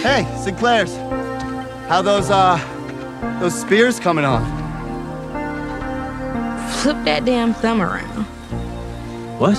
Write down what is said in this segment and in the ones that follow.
Hey, Sinclair's. How those spears coming on? Flip that damn thumb around. What?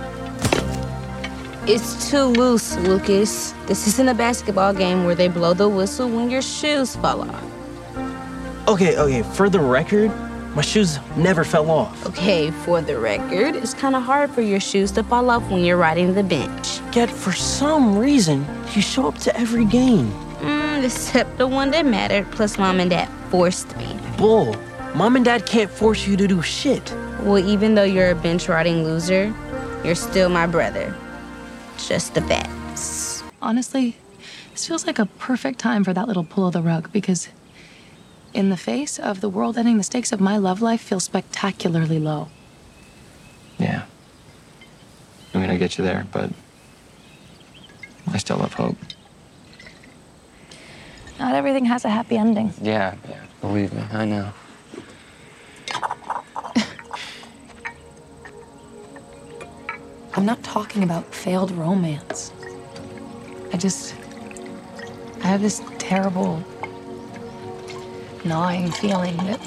It's too loose, Lucas. This isn't a basketball game where they blow the whistle when your shoes fall off. Okay, for the record, my shoes never fell off. Okay, for the record, it's kind of hard for your shoes to fall off when you're riding the bench. Yet, for some reason, you show up to every game. Except the one that mattered, plus Mom and Dad forced me. Bull. Mom and Dad can't force you to do shit. Well, even though you're a bench-riding loser, you're still my brother. Just the facts. Honestly, this feels like a perfect time for that little pull of the rug, because in the face of the world ending, the stakes of my love life feel spectacularly low. Yeah. I mean, I get you there, but I still have hope. Not everything has a happy ending. Yeah, believe me, I know. I'm not talking about failed romance. I have this terrible, gnawing feeling that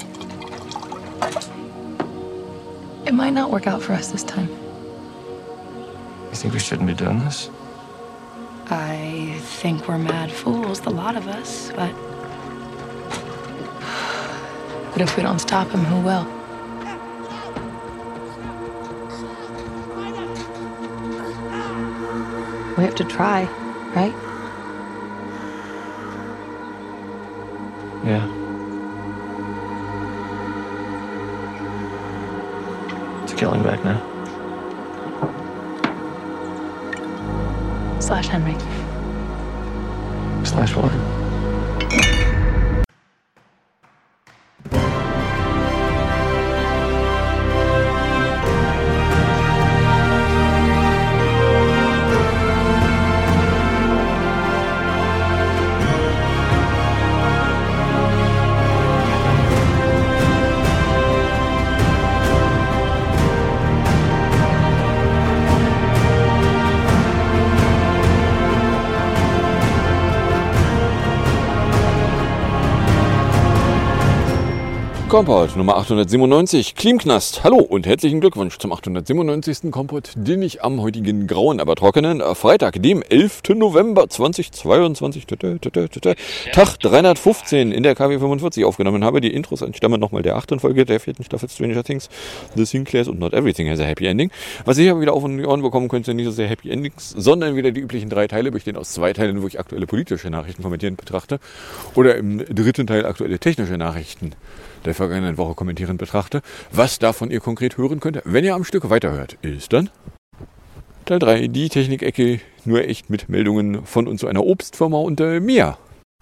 it might not work out for us this time. You think we shouldn't be doing this? I think we're mad fools, the lot of us, but if we don't stop him, who will? We have to try, right? Yeah. It's killing back now. / Henry. / what? Kompott Nummer 897, Klimknast. Hallo und herzlichen Glückwunsch zum 897. Kompott, den ich am heutigen grauen, aber trockenen Freitag, dem 11. November 2022, Tag 315 in der KW 45 aufgenommen habe. Die Intros entstammen nochmal der 8. Folge der 4. Staffel Stranger Things, The Sinclairs und Not Everything has a Happy Ending. Was ihr aber wieder auf die Ohren bekommen könnt, sind nicht so sehr Happy Endings, sondern wieder die üblichen 3 Teile, bestehen aus 2 Teilen, wo ich aktuelle politische Nachrichten kommentierend betrachte, oder im 3. Teil aktuelle technische Nachrichten der vergangenen Woche kommentierend betrachte. Was davon ihr konkret hören könnt, wenn ihr am Stück weiterhört, ist dann Teil 3, die Technikecke, nur echt mit Meldungen von und zu einer Obstfirma und mir.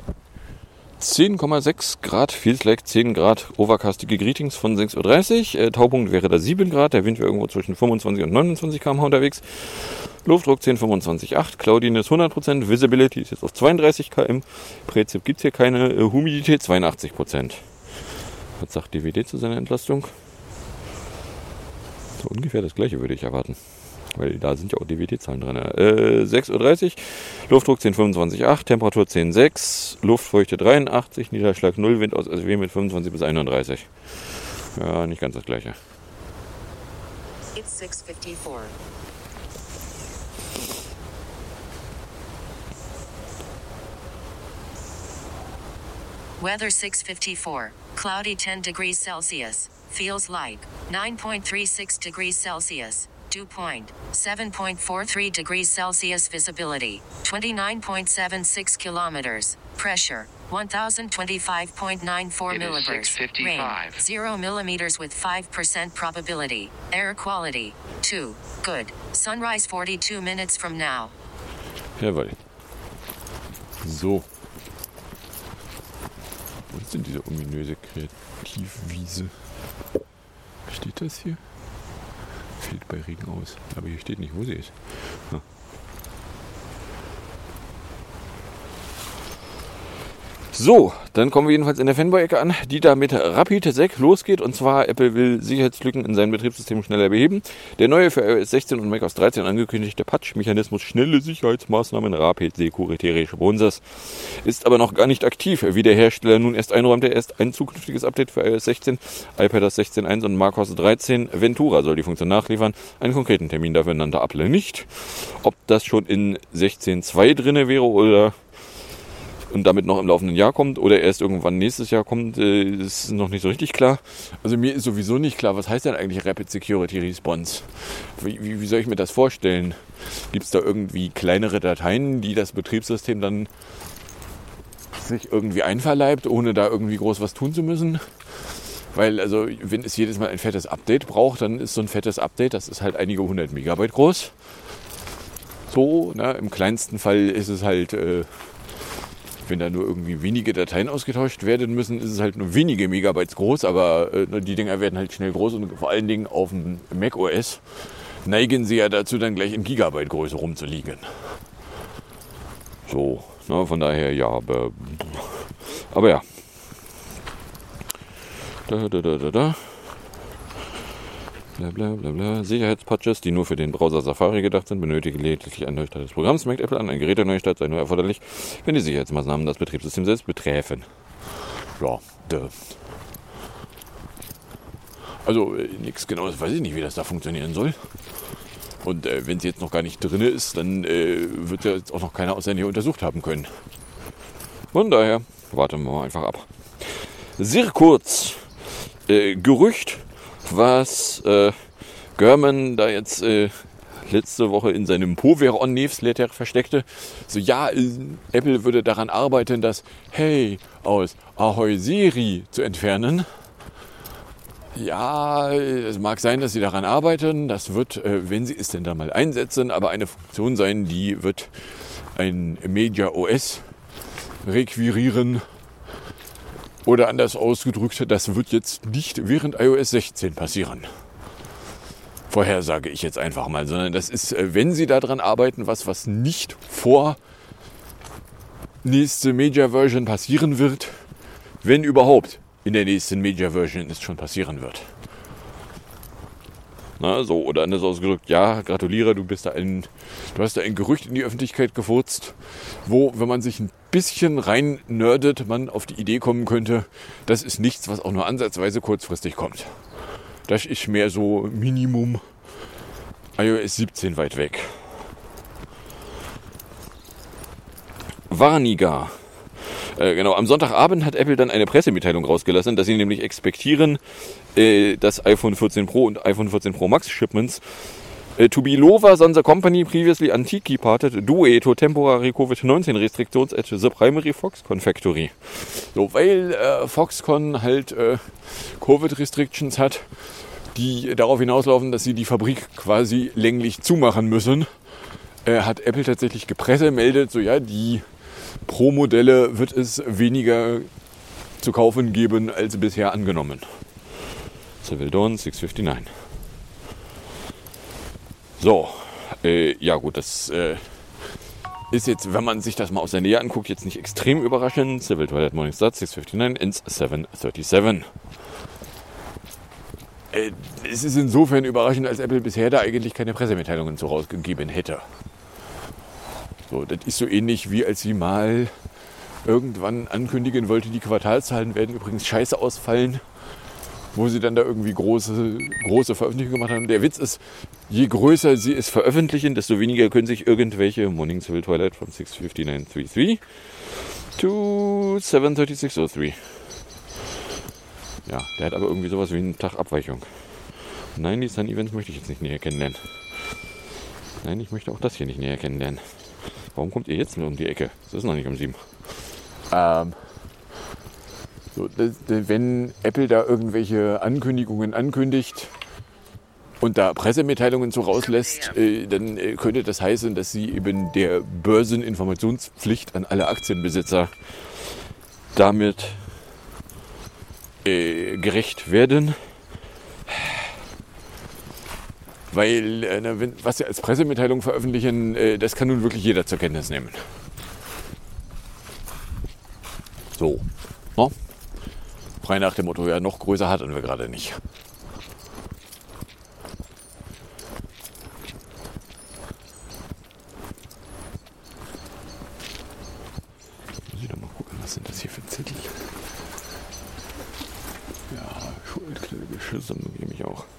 10,6 Grad, feels like 10 Grad, overcastige Greetings von 6.30 Uhr. Taupunkt wäre da 7 Grad, der Wind wäre irgendwo zwischen 25 und 29 km/h unterwegs. Luftdruck 10,25,8, Cloudiness 100%, Visibility ist jetzt auf 32 km, Präzip gibt es hier keine, Humidität 82%. Was sagt DWD zu seiner Entlastung? So ungefähr das gleiche würde ich erwarten. Weil da sind ja auch DWD-Zahlen drin. 6.30 Uhr, Luftdruck 10,25,8, Temperatur 10,6, Luftfeuchte 83, Niederschlag 0, Wind aus SW mit 25 bis 31. Ja, nicht ganz das gleiche. It's 6:54. Weather 6:54. Cloudy 10 degrees Celsius. Feels like 9.36 degrees Celsius. Dew point 7.43 degrees Celsius. Visibility 29.76 kilometers. Pressure 1025.94 millibars. Rain 0 millimeters with 5% probability. Air quality 2. Good. Sunrise 42 minutes from now. Jawohl. So. Was ist denn diese ominöse Kreativwiese? Steht das hier? Fällt bei Regen aus. Aber hier steht nicht, wo sie ist. Ja. So, Dann kommen wir jedenfalls in der Fanboy-Ecke an, die da mit Rapid-Sec losgeht. Und zwar, Apple will Sicherheitslücken in seinem Betriebssystem schneller beheben. Der neue für iOS 16 und macOS 13 angekündigte Patch-Mechanismus schnelle Sicherheitsmaßnahmen Rapid-Security Responses ist aber noch gar nicht aktiv, wie der Hersteller nun erst einräumte. Erst ein zukünftiges Update für iOS 16, iPadOS 16.1 und macOS 13 Ventura soll die Funktion nachliefern. Einen konkreten Termin dafür nannte Apple nicht. Ob das schon in 16.2 drinne wäre oder und damit noch im laufenden Jahr kommt oder erst irgendwann nächstes Jahr kommt, ist noch nicht so richtig klar. Also mir ist sowieso nicht klar, was heißt denn eigentlich Rapid Security Response? Wie soll ich mir das vorstellen? Gibt es da irgendwie kleinere Dateien, die das Betriebssystem dann sich irgendwie einverleibt, ohne da irgendwie groß was tun zu müssen? Weil, also, wenn es jedes Mal ein fettes Update braucht, dann ist so ein fettes Update, das ist halt einige 100 Megabyte groß. So, ne, im kleinsten Fall ist es halt, wenn da nur irgendwie wenige Dateien ausgetauscht werden müssen, ist es halt nur wenige Megabytes groß, aber die Dinger werden halt schnell groß und vor allen Dingen auf dem macOS neigen sie ja dazu, dann gleich in Gigabyte Größe rumzuliegen. So, ne, von daher, ja, aber ja. Blablabla. Sicherheitspatches, die nur für den Browser Safari gedacht sind, benötigen lediglich ein Neustart des Programms. Merkt Apple an, ein Geräteneustart sei nur erforderlich, wenn die Sicherheitsmaßnahmen das Betriebssystem selbst betreffen. Ja, also nichts Genaues, weiß ich nicht, wie das da funktionieren soll. Und wenn es jetzt noch gar nicht drin ist, dann wird ja jetzt auch noch keiner aus der Nähe untersucht haben können. Von daher warten wir mal einfach ab. Sehr kurz, Gerücht, was Gurman da jetzt letzte Woche in seinem Power-on-Newsletter versteckte. So, ja, Apple würde daran arbeiten, das Hey aus Ahoy Siri zu entfernen. Ja, es mag sein, dass sie daran arbeiten. Das wird, wenn sie es denn dann mal einsetzen, aber eine Funktion sein, die wird ein Media OS requirieren. Oder anders ausgedrückt, das wird jetzt nicht während iOS 16 passieren. Vorhersage ich jetzt einfach mal, sondern das ist, wenn sie daran arbeiten, was nicht vor nächste Media Version passieren wird, wenn überhaupt in der nächsten Media Version es schon passieren wird. Na, so, oder anders ausgedrückt, ja, gratuliere, du hast da ein Gerücht in die Öffentlichkeit gefurzt, wo, wenn man sich ein bisschen rein nerdet, man auf die Idee kommen könnte, das ist nichts, was auch nur ansatzweise kurzfristig kommt. Das ist mehr so Minimum iOS 17 weit weg. Warniger. Genau, am Sonntagabend hat Apple dann eine Pressemitteilung rausgelassen, dass sie nämlich expektieren, dass iPhone 14 Pro und iPhone 14 Pro Max Shipments to be lower than the company previously anticipated due to temporary COVID-19 restrictions at the primary Foxconn factory. So, weil Foxconn halt Covid-Restrictions hat, die darauf hinauslaufen, dass sie die Fabrik quasi länglich zumachen müssen, hat Apple tatsächlich gepressemeldet, so ja, die Pro-Modelle wird es weniger zu kaufen geben als bisher angenommen. Civil Dawn 659. So, ja gut, das ist jetzt, wenn man sich das mal aus der Nähe anguckt, jetzt nicht extrem überraschend. Civil Twilight Morning Start 659 ends 737. Es ist insofern überraschend, als Apple bisher da eigentlich keine Pressemitteilungen zu rausgegeben hätte. So, das ist so ähnlich wie als sie mal irgendwann ankündigen wollte, die Quartalszahlen werden übrigens scheiße ausfallen, wo sie dann da irgendwie große Veröffentlichungen gemacht haben. Der Witz ist, je größer sie es veröffentlichen, desto weniger können sich irgendwelche Morning Civil Twilight from 659.33 to 736.03. Ja, der hat aber irgendwie sowas wie einen Tag Abweichung. Nein, die Sun-Events möchte ich jetzt nicht näher kennenlernen. Nein, ich möchte auch das hier nicht näher kennenlernen. Warum kommt ihr jetzt nur um die Ecke? Es ist noch nicht um 7. So, wenn Apple da irgendwelche Ankündigungen ankündigt und da Pressemitteilungen so rauslässt, dann könnte das heißen, dass sie eben der Börseninformationspflicht an alle Aktienbesitzer damit gerecht werden. Weil, was sie als Pressemitteilung veröffentlichen, das kann nun wirklich jeder zur Kenntnis nehmen. So. No? Frei nach dem Motto, ja, noch größer hatten wir gerade nicht. Muss ich doch mal gucken, was sind das hier für Zettel? Ja, Schuldklage, Sammlung nehme ich auch.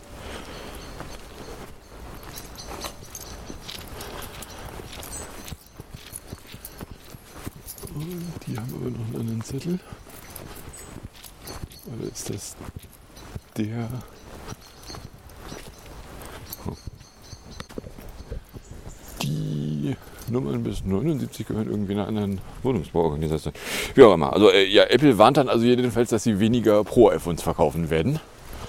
Und die haben aber noch einen anderen Zettel. Oder ist das der? Die Nummern bis 79 gehören irgendwie einer anderen Wohnungsbauorganisation. Wie auch immer. Also ja, Apple warnt dann also jedenfalls, dass sie weniger Pro-iPhones verkaufen werden.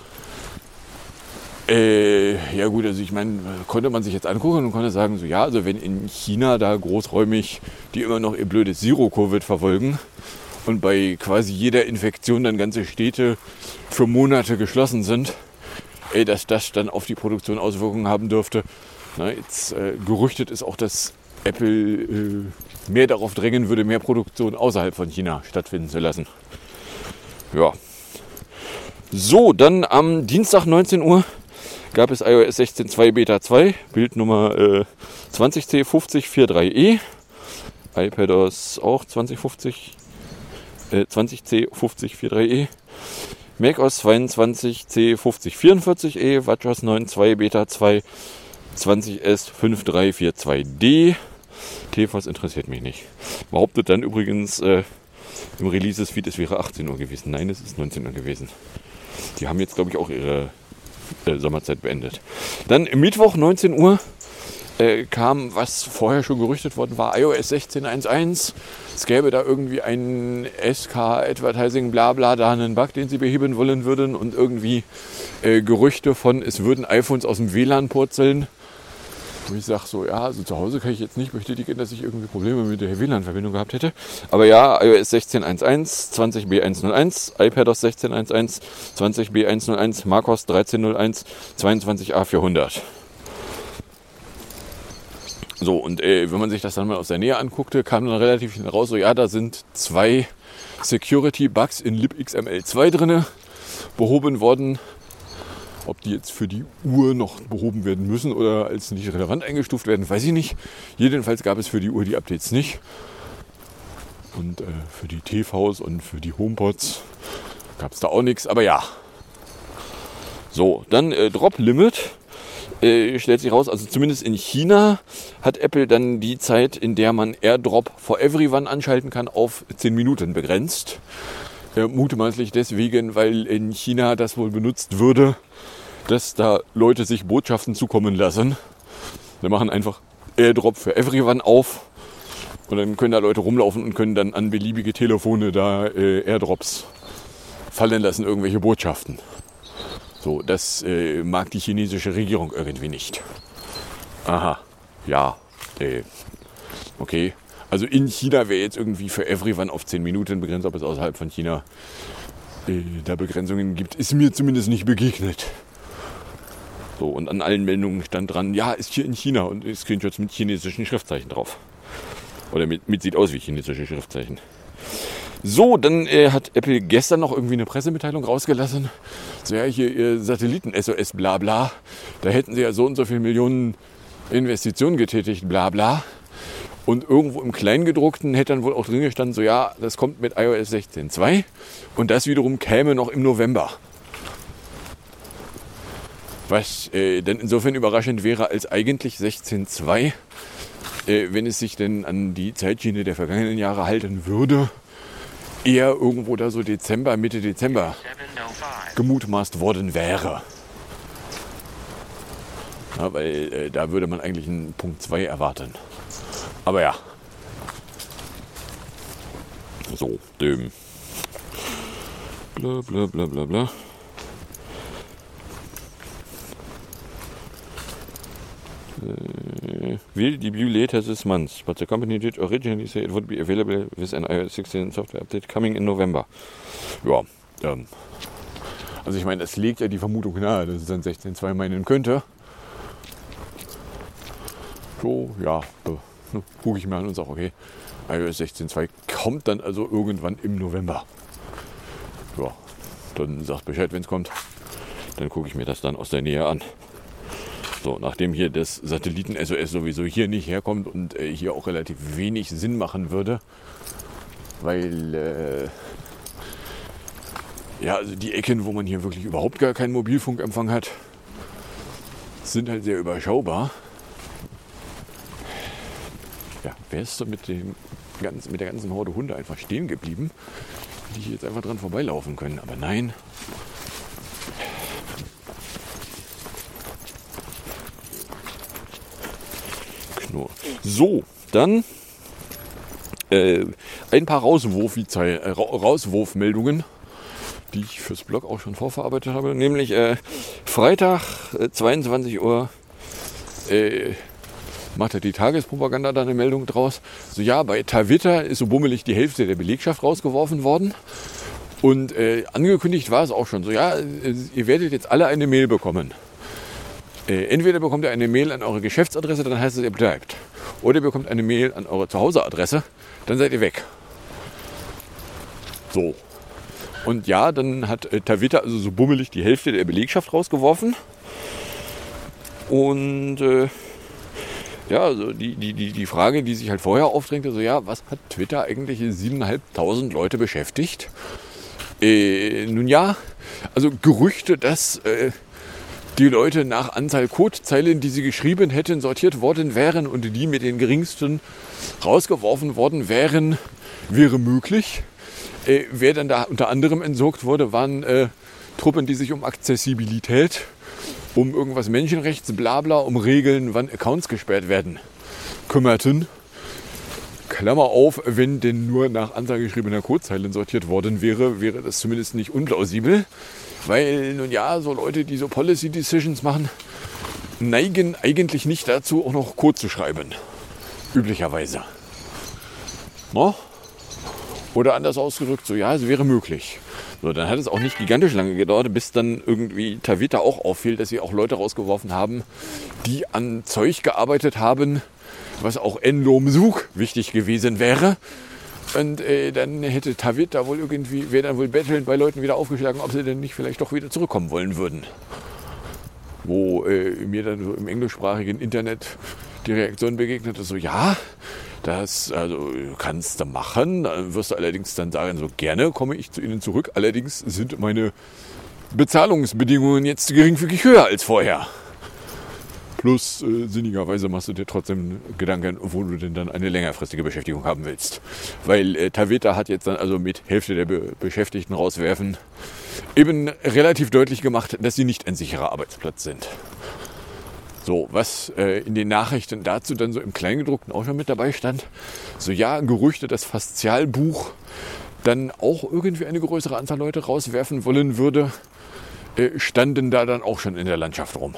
Ja gut, also ich meine, konnte man sich jetzt angucken und konnte sagen, so ja, also wenn in China da großräumig die immer noch ihr blödes Zero-Covid verfolgen und bei quasi jeder Infektion dann ganze Städte für Monate geschlossen sind, dass das dann auf die Produktion Auswirkungen haben dürfte. Na, jetzt gerüchtet ist auch, dass Apple mehr darauf drängen würde, mehr Produktion außerhalb von China stattfinden zu lassen. Ja. So, dann am Dienstag 19 Uhr gab es iOS 16.2 Beta 2, Bildnummer 20C5043E, iPadOS auch 20C5043E, macOS 22C5044E, WatchOS 9.2 Beta 2, 20S5342D. TFOS interessiert mich nicht. Behauptet dann übrigens im Releases-Feed, es wäre 18 Uhr gewesen. Nein, es ist 19 Uhr gewesen. Die haben jetzt, glaube ich, auch ihre Sommerzeit beendet. Dann Mittwoch 19 Uhr kam, was vorher schon gerüchtet worden war, iOS 16.1.1. Es gäbe da irgendwie einen SK-Advertising, blabla, da einen Bug, den sie beheben wollen würden und irgendwie Gerüchte von, es würden iPhones aus dem WLAN purzeln. Wo ich sage so, ja, also zu Hause kann ich jetzt nicht bestätigen, dass ich irgendwie Probleme mit der WLAN-Verbindung gehabt hätte. Aber ja, iOS 16.1.1, 20B101, iPadOS 16.1.1, 20B101, macOS 13.01, 22A400. So, und wenn man sich das dann mal aus der Nähe anguckte, kam dann relativ schnell raus, so ja, da sind 2 Security-Bugs in libxml2 drin behoben worden. Ob die jetzt für die Uhr noch behoben werden müssen oder als nicht relevant eingestuft werden, weiß ich nicht. Jedenfalls gab es für die Uhr die Updates nicht. Und für die TVs und für die HomePods gab es da auch nichts. Aber ja. So, dann Drop Limit. Stellt sich raus, also zumindest in China hat Apple dann die Zeit, in der man AirDrop for Everyone anschalten kann, auf 10 Minuten begrenzt. Mutmaßlich deswegen, weil in China das wohl benutzt würde, dass da Leute sich Botschaften zukommen lassen. Wir machen einfach AirDrop for Everyone auf und dann können da Leute rumlaufen und können dann an beliebige Telefone da AirDrops fallen lassen, irgendwelche Botschaften. So, das mag die chinesische Regierung irgendwie nicht. Aha, ja, okay. Also in China wäre jetzt irgendwie für Everyone auf 10 Minuten begrenzt, ob es außerhalb von China da Begrenzungen gibt, ist mir zumindest nicht begegnet. So, und an allen Meldungen stand dran, ja, ist hier in China und Screenshots mit chinesischen Schriftzeichen drauf. Oder mit sieht aus wie chinesische Schriftzeichen. So, dann hat Apple gestern noch irgendwie eine Pressemitteilung rausgelassen. So, ja, hier ihr Satelliten-SOS, bla bla. Da hätten sie ja so und so viele Millionen Investitionen getätigt, bla bla. Und irgendwo im Kleingedruckten hätte dann wohl auch drin gestanden, so ja, das kommt mit iOS 16.2 und das wiederum käme noch im November. Was dann insofern überraschend wäre, als eigentlich 16.2, wenn es sich denn an die Zeitschiene der vergangenen Jahre halten würde, eher irgendwo da so Dezember, Mitte Dezember gemutmaßt worden wäre. Ja, weil da würde man eigentlich einen Punkt 2 erwarten. Aber ja. So, dem. Bla bla bla bla bla. Will debut later this month, but the company did originally say it would be available with an iOS 16 software update coming in November. Ja, also ich meine, es legt ja die Vermutung nahe, dass es dann 16.2 meinen könnte. So, ja, gucke ich mir an und sage, okay, iOS 16.2 kommt dann also irgendwann im November. Ja, dann sagt Bescheid, wenn es kommt. Dann gucke ich mir das dann aus der Nähe an. So, nachdem hier das Satelliten-SOS sowieso hier nicht herkommt und hier auch relativ wenig Sinn machen würde, weil also die Ecken, wo man hier wirklich überhaupt gar keinen Mobilfunkempfang hat, sind halt sehr überschaubar. Ja, wer ist so mit der ganzen Horde Hunde einfach stehen geblieben, die hier jetzt einfach dran vorbeilaufen können? Aber nein. Knurr. So, dann ein paar Rauswurfmeldungen, die ich fürs Blog auch schon vorverarbeitet habe. Nämlich Freitag 22 Uhr macht die Tagespropaganda da eine Meldung draus. So, ja, bei Tavita ist so bummelig die Hälfte der Belegschaft rausgeworfen worden. Und angekündigt war es auch schon so, ja, ihr werdet jetzt alle eine Mail bekommen. Entweder bekommt ihr eine Mail an eure Geschäftsadresse, dann heißt es, ihr bleibt. Oder ihr bekommt eine Mail an eure Zuhauseadresse, dann seid ihr weg. So. Und ja, dann hat Tavita also so bummelig die Hälfte der Belegschaft rausgeworfen. Und also die Frage, die sich halt vorher aufdrängte, so ja, was hat Twitter eigentlich 7.500 Leute beschäftigt? Nun ja, also Gerüchte, dass die Leute nach Anzahl Codezeilen, die sie geschrieben hätten, sortiert worden wären und die mit den geringsten rausgeworfen worden wäre möglich. Wer dann da unter anderem entsorgt wurde, waren Truppen, die sich um Accessibilität, um irgendwas Menschenrechts, blabla, um Regeln, wann Accounts gesperrt werden, kümmerten. Klammer auf, wenn denn nur nach Anzahl geschriebener Codezeilen sortiert worden wäre das zumindest nicht unplausibel. Weil, nun ja, so Leute, die so Policy Decisions machen, neigen eigentlich nicht dazu, auch noch Code zu schreiben. Üblicherweise. No? Oder anders ausgedrückt, so ja, es wäre möglich. So, dann hat es auch nicht gigantisch lange gedauert, bis dann irgendwie Tavita auch auffiel, dass sie auch Leute rausgeworfen haben, die an Zeug gearbeitet haben, was auch Enlom-Suk wichtig gewesen wäre. Und dann hätte Tavita wäre dann wohl bettelnd bei Leuten wieder aufgeschlagen, ob sie denn nicht vielleicht doch wieder zurückkommen wollen würden. Wo mir dann so im englischsprachigen Internet die Reaktion begegnete, so ja, das kannst du machen, dann wirst du allerdings dann sagen, so gerne komme ich zu Ihnen zurück, allerdings sind meine Bezahlungsbedingungen jetzt geringfügig höher als vorher. Plus sinnigerweise machst du dir trotzdem Gedanken, wo du denn dann eine längerfristige Beschäftigung haben willst. Weil Tavita hat jetzt dann also mit Hälfte der Beschäftigten rauswerfen eben relativ deutlich gemacht, dass sie nicht ein sicherer Arbeitsplatz sind. So, was in den Nachrichten dazu dann so im Kleingedruckten auch schon mit dabei stand. So ja, Gerüchte, dass Faszialbuch dann auch irgendwie eine größere Anzahl Leute rauswerfen wollen würde, standen da dann auch schon in der Landschaft rum.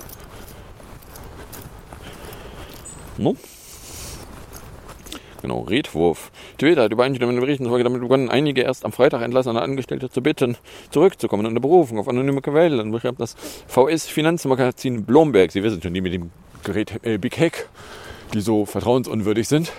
No? Genau, Redwurf. Twitter hat übereinstimmende Berichtensfolge damit begonnen, einige erst am Freitag entlassene Angestellte zu bitten, zurückzukommen unter Berufung auf anonyme Quellen. Dann beschreibt das VS-Finanzmagazin Bloomberg, Sie wissen schon, die mit dem Gerät Big Hack, die so vertrauensunwürdig sind,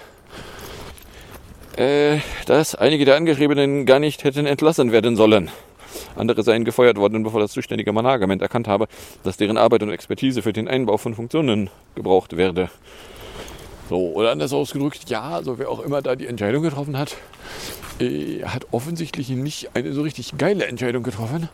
dass einige der Angeschriebenen gar nicht hätten entlassen werden sollen. Andere seien gefeuert worden, bevor das zuständige Management erkannt habe, dass deren Arbeit und Expertise für den Einbau von Funktionen gebraucht werde. So, oder anders ausgedrückt, ja, also wer auch immer da die Entscheidung getroffen hat, hat offensichtlich nicht eine so richtig geile Entscheidung getroffen.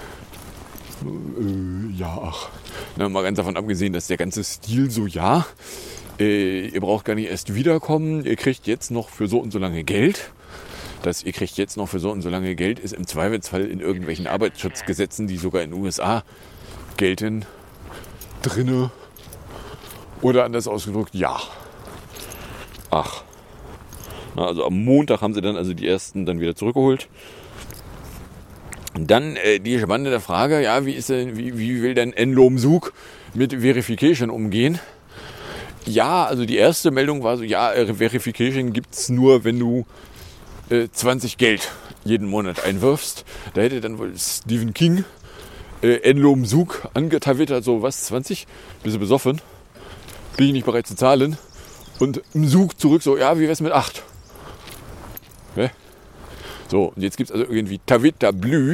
Na, mal ganz davon abgesehen, dass der ganze Stil so, ja, ihr braucht gar nicht erst wiederkommen, ihr kriegt jetzt noch für so und so lange Geld. Das ihr kriegt jetzt noch für so und so lange Geld ist im Zweifelsfall in irgendwelchen Arbeitsschutzgesetzen, die sogar in den USA gelten, drinne. Oder anders ausgedrückt, ja. Ach. Na, also am Montag haben sie dann also die ersten dann wieder zurückgeholt. Und dann die spannende Frage, ja, wie will denn Enlom-Suk mit Verification umgehen? Ja, also die erste Meldung war so, ja, Verification gibt's nur, wenn du 20 Geld jeden Monat einwirfst. Da hätte dann wohl Stephen King Enlom-Suk angetwittert, so was, 20? Bist du besoffen? Bin ich nicht bereit zu zahlen? Und Suk zurück so, ja, wie wär's mit 8? So, und jetzt gibt es also irgendwie Tavita Blü,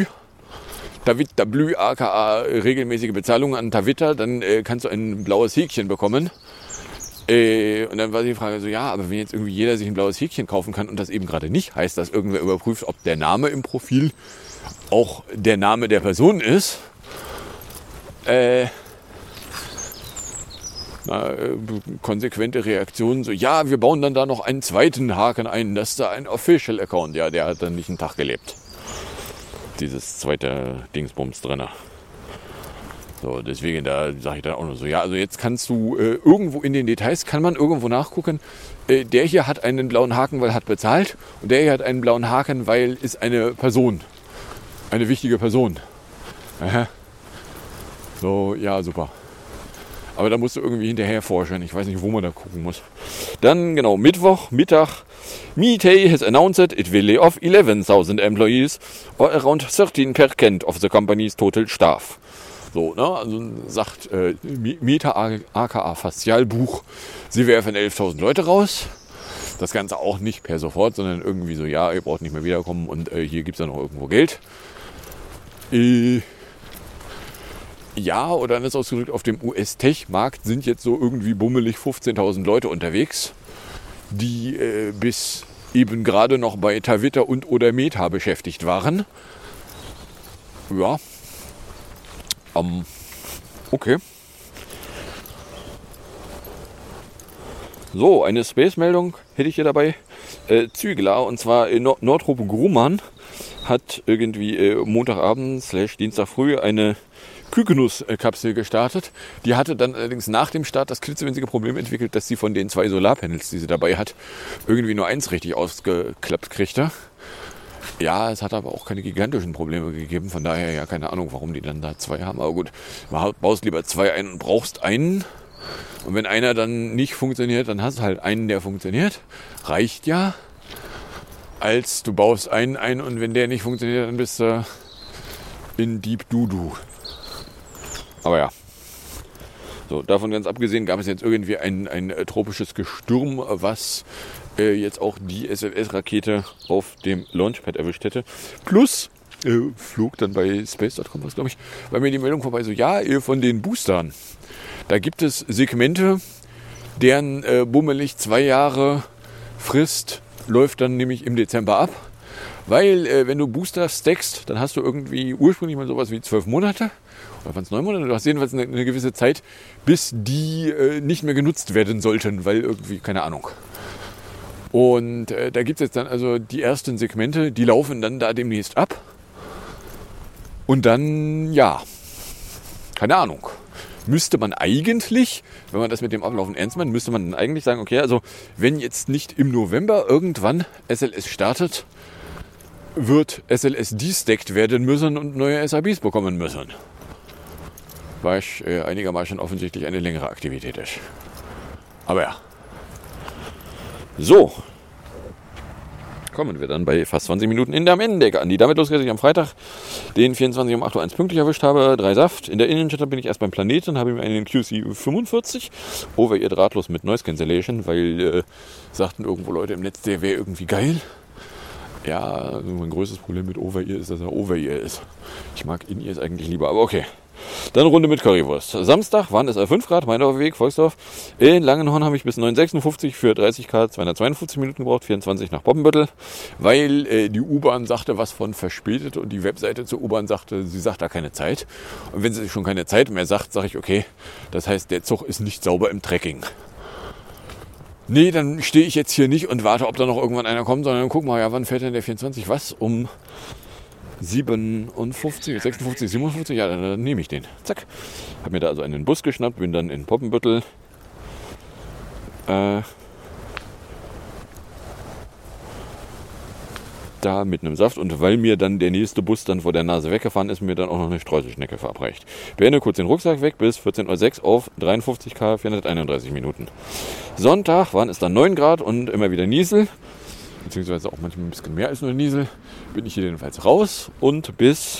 aka regelmäßige Bezahlung an Tavita, dann kannst du ein blaues Häkchen bekommen. Und dann war die Frage so, ja, aber wenn jetzt irgendwie jeder sich ein blaues Häkchen kaufen kann und das eben gerade nicht, heißt das, irgendwer überprüft, ob der Name im Profil auch der Name der Person ist. Konsequente Reaktion, so, ja, wir bauen dann da noch einen zweiten Haken ein, das ist da ein Official Account. Ja, der hat dann nicht einen Tag gelebt. Dieses zweite Dingsbums drin. So, deswegen, da sage ich dann auch nur so, ja, also jetzt kannst du irgendwo in den Details, kann man irgendwo nachgucken, der hier hat einen blauen Haken, weil er hat bezahlt, und der hier hat einen blauen Haken, weil ist eine Person, eine wichtige Person. Aha. So, ja, super. Aber da musst du irgendwie hinterher forschen, ich weiß nicht, wo man da gucken muss. Dann, genau, Mittwoch, Mittag, Meetay has announced it will lay off 11,000 employees or around 13% of the company's total staff. So, ne, also sagt Meta aka Facialbuch, sie werfen 11.000 Leute raus. Das Ganze auch nicht per sofort, sondern irgendwie so, ja, ihr braucht nicht mehr wiederkommen und hier gibt es ja noch irgendwo Geld. Ja, oder anders ausgedrückt, auf dem US-Tech-Markt sind jetzt so irgendwie bummelig 15.000 Leute unterwegs, die bis eben gerade noch bei Tavita und oder Meta beschäftigt waren. Ja. Okay. So, eine Space-Meldung hätte ich hier dabei. Zügler, und zwar Northrop Grumman hat irgendwie Montagabend / Dienstag früh eine Kygnus-Kapsel gestartet. Die hatte dann allerdings nach dem Start das klitzewinzige Problem entwickelt, dass sie von den 2 Solarpanels, die sie dabei hat, irgendwie nur eins richtig ausgeklappt kriegte. Ja, es hat aber auch keine gigantischen Probleme gegeben. Von daher, ja, keine Ahnung, warum die dann da 2 haben. Aber gut, baust lieber 2 ein und brauchst einen. Und wenn einer dann nicht funktioniert, dann hast du halt einen, der funktioniert. Reicht ja. Als du baust einen ein und wenn der nicht funktioniert, dann bist du in Deep Doo-Doo. Aber ja. So, davon ganz abgesehen gab es jetzt irgendwie ein tropisches Gesturm, was jetzt auch die SLS-Rakete auf dem Launchpad erwischt hätte. Plus flog dann bei Space.com, was glaube ich, bei mir die Meldung vorbei, so, ja, von den Boostern. Da gibt es Segmente, deren bummelig 2 Jahre Frist läuft dann nämlich im Dezember ab. Weil, wenn du Booster stackst, dann hast du irgendwie ursprünglich mal sowas wie 12 Monate. Oder waren es 9 Monate? Du hast jedenfalls eine gewisse Zeit, bis die nicht mehr genutzt werden sollten, weil irgendwie, keine Ahnung. Und da gibt es jetzt dann also die ersten Segmente, die laufen dann da demnächst ab. Und dann, ja, keine Ahnung. Müsste man eigentlich, wenn man das mit dem Ablaufen ernst meint, müsste man dann eigentlich sagen, okay, also wenn jetzt nicht im November irgendwann SLS startet, wird SLS destackt werden müssen und neue SABs bekommen müssen. Was einigermaßen offensichtlich eine längere Aktivität ist. Aber ja. So. Kommen wir dann bei fast 20 Minuten in der Mendecke an, die damit losgeht, dass ich am Freitag den 24 um 8.01 Uhr pünktlich erwischt habe. 3 Saft. In der Innenstadt bin ich erst beim Planeten, habe mir einen QC45 Over-Ear drahtlos mit Noise Cancellation, weil sagten irgendwo Leute im Netz, der wäre irgendwie geil. Ja, also mein größtes Problem mit Over-Ear ist, dass er Over-Ear ist. Ich mag In-Ears eigentlich lieber, aber okay. Dann Runde mit Currywurst. Samstag waren es 5 Grad, Meindorfer Weg, Volksdorf. In Langenhorn habe ich bis 9,56 für 30 Grad 252 Minuten gebraucht, 24 nach Poppenbüttel, weil die U-Bahn sagte was von verspätet und die Webseite zur U-Bahn sagte, sie sagt da keine Zeit. Und wenn sie schon keine Zeit mehr sagt, sage ich, okay, das heißt, der Zug ist nicht sauber im Tracking. Nee, dann stehe ich jetzt hier nicht und warte, ob da noch irgendwann einer kommt, sondern guck mal, ja, wann fährt denn der 24? Was? Um 57, 56, 57? Ja, dann nehme ich den. Zack. Hab mir da also einen Bus geschnappt, bin dann in Poppenbüttel. Da mit einem Saft und weil mir dann der nächste Bus dann vor der Nase weggefahren ist, mir dann auch noch eine Streuselschnecke verabreicht. Beende kurz den Rucksack weg bis 14.06 Uhr auf 53 K 431 Minuten. Sonntag waren es dann 9 Grad und immer wieder Niesel, beziehungsweise auch manchmal ein bisschen mehr als nur Niesel. Bin ich hier jedenfalls raus und bis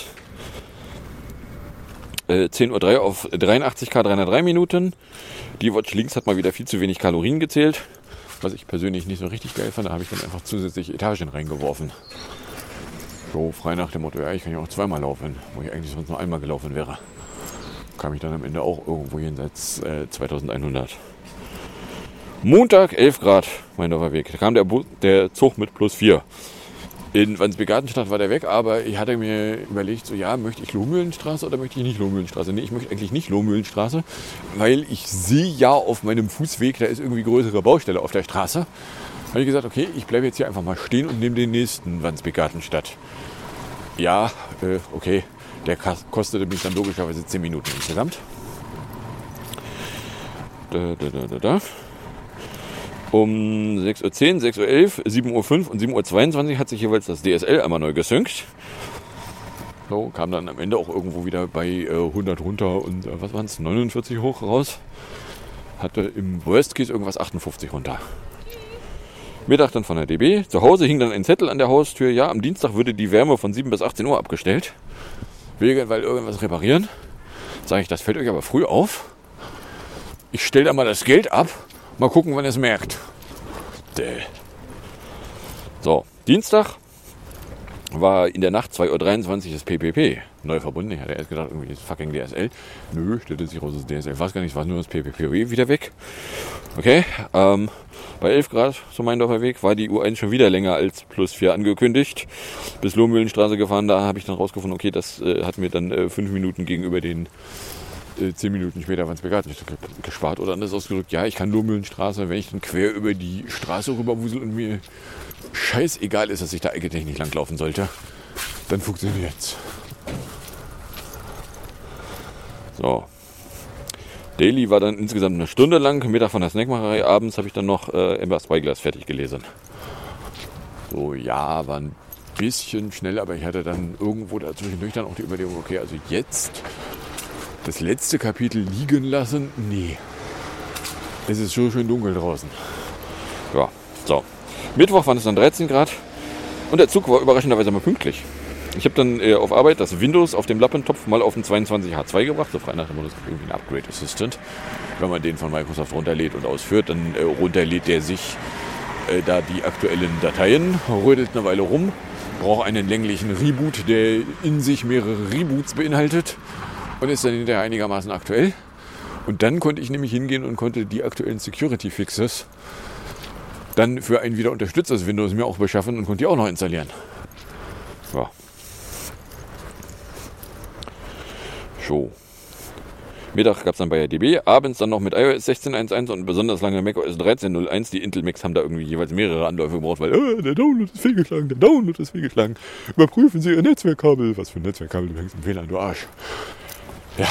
10.03 Uhr auf 83 K 303 Minuten. Die Watch links hat mal wieder viel zu wenig Kalorien gezählt. Was ich persönlich nicht so richtig geil fand, da habe ich dann einfach zusätzlich Etagen reingeworfen. So frei nach dem Motto, ja, ich kann ja auch zweimal laufen, wo ich eigentlich sonst nur einmal gelaufen wäre. Kam ich dann am Ende auch irgendwo jenseits 2100. Montag 11 Grad, Meindorfer Weg. Da kam der Zug mit +4. In Wandsbek-Gartenstadt war der weg, aber ich hatte mir überlegt, so ja, möchte ich Lohmühlenstraße oder möchte ich nicht Lohmühlenstraße? Nee, ich möchte eigentlich nicht Lohmühlenstraße, weil ich sehe ja auf meinem Fußweg, da ist irgendwie größere Baustelle auf der Straße. Da habe ich gesagt, okay, ich bleibe jetzt hier einfach mal stehen und nehme den nächsten Wandsbek-Gartenstadt. Ja, okay, der kostete mich dann logischerweise 10 Minuten insgesamt. Um 6.10 Uhr, 6.11 Uhr, 7.05 Uhr und 7.22 Uhr hat sich jeweils das DSL einmal neu gesynkt. So, kam dann am Ende auch irgendwo wieder bei 100 runter und was waren es, 49 hoch raus. Hatte im Worst Case irgendwas 58 runter. Mittag dann von der DB. Zu Hause hing dann ein Zettel an der Haustür. Ja, am Dienstag würde die Wärme von 7 bis 18 Uhr abgestellt. Weil irgendwas reparieren. Sage ich, das fällt euch aber früh auf. Ich stelle da mal das Geld ab. Mal gucken, wann ihr es merkt. So, Dienstag war in der Nacht 2.23 Uhr das PPP neu verbunden. Ich hatte erst gedacht, irgendwie ist fucking DSL. Nö, stellte sich raus, das DSL. Ich weiß gar nicht, es war nur das PPP wieder weg. Okay, bei 11 Grad zum Meindorfer Weg war die U1 schon wieder länger als +4 angekündigt. Bis Lohmühlenstraße gefahren, da habe ich dann rausgefunden, okay, das hat mir dann 5 Minuten gegenüber den 10 Minuten später Wandsbek-Gartenstadt gespart. Oder anders ausgedrückt, ja, ich kann Lohmühlenstraße, wenn ich dann quer über die Straße rüberwusel und mir scheißegal ist, dass ich da eigentlich nicht langlaufen sollte, dann funktioniert's. So. Daily war dann insgesamt eine Stunde lang. Mittag von der Snackmacherei. Abends habe ich dann noch Ember Spyglass fertig gelesen. So, ja, war ein bisschen schnell, aber ich hatte dann irgendwo dazwischendurch dann auch die Überlegung, okay, also jetzt das letzte Kapitel liegen lassen? Nee. Es ist so schön dunkel draußen. Ja, so. Mittwoch waren es dann 13 Grad und der Zug war überraschenderweise mal pünktlich. Ich habe dann auf Arbeit das Windows auf dem Lappentopf mal auf den 22H2 gebracht, so frei nach dem Motto, es gibt irgendwie einen Upgrade Assistant. Wenn man den von Microsoft runterlädt und ausführt, dann runterlädt der sich da die aktuellen Dateien, rödelt eine Weile rum, braucht einen länglichen Reboot, der in sich mehrere Reboots beinhaltet und ist dann hinterher einigermaßen aktuell. Und dann konnte ich nämlich hingehen und konnte die aktuellen Security Fixes dann für ein wieder unterstütztes Windows mir auch beschaffen und konnte die auch noch installieren. Ja. So. Mittag gab es dann bei der DB, abends dann noch mit iOS 16.1.1 und besonders lange macOS 13.0.1. Die Intel Macs haben da irgendwie jeweils mehrere Anläufe gebraucht, weil der Download ist fehlgeschlagen, Überprüfen Sie Ihr Netzwerkkabel. Was für ein Netzwerkkabel? Du hängst im WLAN, du Arsch. Ja,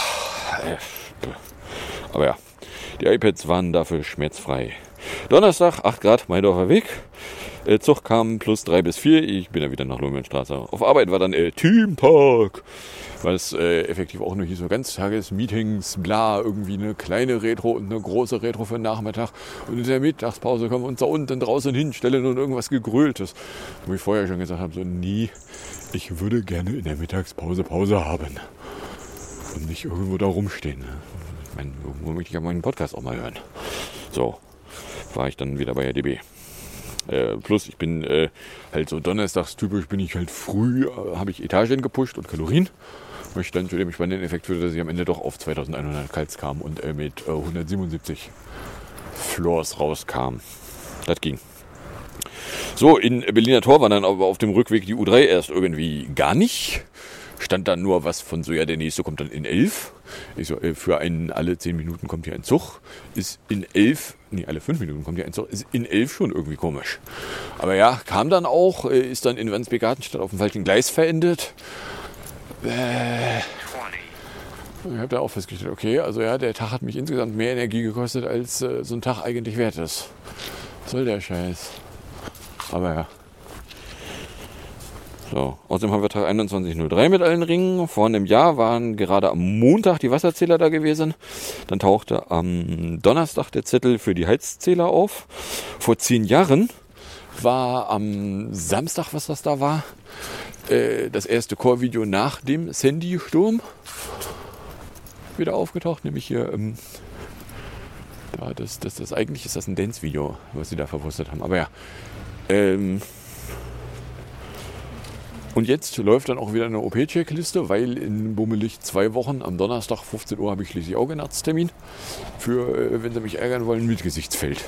aber ja, die iPads waren dafür schmerzfrei. Donnerstag, 8 Grad, Meindorfer Weg. Zug kam +3 bis 4. Ich bin dann wieder nach Lohmühlenstraße. Auf Arbeit war dann Teamtag. Was effektiv auch nur hier so Ganztagesmeetings, bla, irgendwie eine kleine Retro und eine große Retro für den Nachmittag. Und in der Mittagspause können wir uns da unten draußen hinstellen und irgendwas Gegröltes. Wo ich vorher schon gesagt habe, so nie, ich würde gerne in der Mittagspause Pause haben. Und nicht irgendwo da rumstehen. Ich meine, irgendwo möchte ich ja meinen Podcast auch mal hören. So, war ich dann wieder bei der DB. Plus ich bin halt so donnerstagstypisch, bin ich halt früh, habe ich Etagen gepusht und Kalorien. Was dann zu dem spannenden Effekt führte, dass ich am Ende doch auf 2100 Kalts kam und mit 177 Floors rauskam. Das ging. So, in Berliner Tor war dann aber auf dem Rückweg die U3 erst irgendwie gar nicht. Stand dann nur was von so, ja, der nächste kommt dann in 11. Ich so, für einen, alle 10 Minuten kommt hier ein Zug. Ist in 11, nee, alle 5 Minuten kommt hier ein Zug. Ist in 11 schon irgendwie komisch. Aber ja, kam dann auch, ist dann in Wandsbek-Gartenstadt auf dem falschen Gleis verendet. Ich habe da auch festgestellt, okay, also ja, der Tag hat mich insgesamt mehr Energie gekostet, als so ein Tag eigentlich wert ist. Was soll der Scheiß? Aber ja. So, außerdem haben wir Tag 21.03 mit allen Ringen. Vor einem Jahr waren gerade am Montag die Wasserzähler da gewesen. Dann tauchte am Donnerstag der Zettel für die Heizzähler auf. Vor 10 Jahren war am Samstag, was das da war, das erste Core-Video nach dem Sandy-Sturm wieder aufgetaucht. Nämlich hier, eigentlich ist das ein Dance-Video, was sie da verwurstet haben. Aber ja, Und jetzt läuft dann auch wieder eine OP-Checkliste, weil in bummelig 2 Wochen am Donnerstag 15 Uhr habe ich schließlich Augenarzttermin für, wenn sie mich ärgern wollen, mit Gesichtsfeld.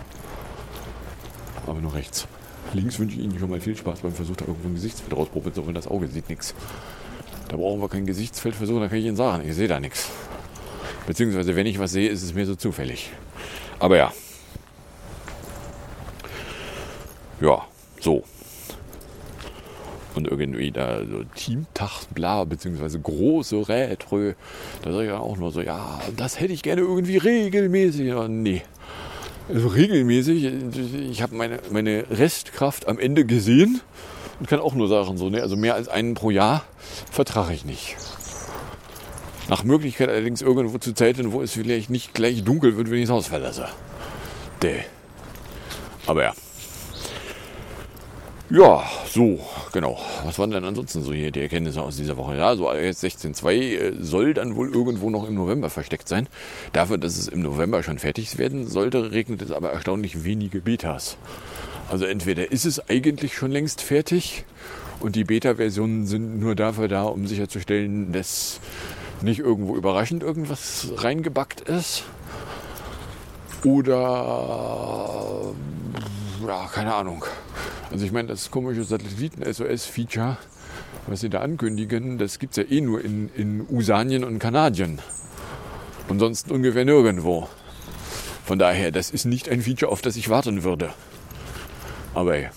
Aber nur rechts. Links wünsche ich Ihnen schon mal viel Spaß beim Versuch, da irgendwo ein Gesichtsfeld rausprobieren zu wollen. Das Auge sieht nichts. Da brauchen wir kein Gesichtsfeld versuchen, da kann ich Ihnen sagen, ich sehe da nichts. Beziehungsweise, wenn ich was sehe, ist es mir so zufällig. Aber ja. Ja, so. Und irgendwie da so Teamtag, bla, beziehungsweise große Rätrö. Da sage ich dann auch nur so, ja, das hätte ich gerne irgendwie regelmäßig. Ja, nee. Also regelmäßig, ich habe meine Restkraft am Ende gesehen und kann auch nur sagen, so, ne, also mehr als einen pro Jahr vertrage ich nicht. Nach Möglichkeit allerdings irgendwo zu Zeiten, wo es vielleicht nicht gleich dunkel wird, wenn ich das Haus verlasse. Aber ja. Ja, so, genau. Was waren denn ansonsten so hier die Erkenntnisse aus dieser Woche? Ja, so jetzt 16.2 soll dann wohl irgendwo noch im November versteckt sein. Dafür, dass es im November schon fertig werden sollte, regnet es aber erstaunlich wenige Betas. Also entweder ist es eigentlich schon längst fertig und die Beta-Versionen sind nur dafür da, um sicherzustellen, dass nicht irgendwo überraschend irgendwas reingebackt ist. Oder, ja, keine Ahnung. Also ich meine, das komische Satelliten-SOS-Feature, was sie da ankündigen, das gibt es ja eh nur in Usanien und Kanadien. Und sonst ungefähr nirgendwo. Von daher, das ist nicht ein Feature, auf das ich warten würde. Aber ja.